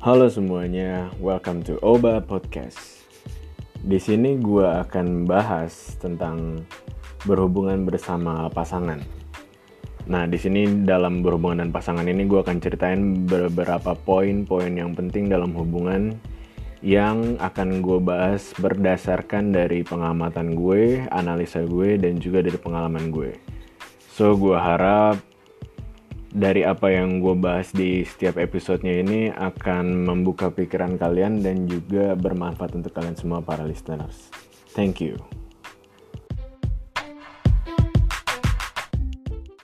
Halo semuanya, welcome to Oba Podcast. Di sini gue akan bahas tentang berhubungan bersama pasangan. Nah, di sini dalam berhubungan dan pasangan ini gue akan ceritain beberapa poin-poin yang penting dalam hubungan yang akan gue bahas berdasarkan dari pengamatan gue, analisa gue, dan juga dari pengalaman gue. So, gue harap dari apa yang gue bahas di setiap episodenya ini akan membuka pikiran kalian dan juga bermanfaat untuk kalian semua para listeners. Thank you.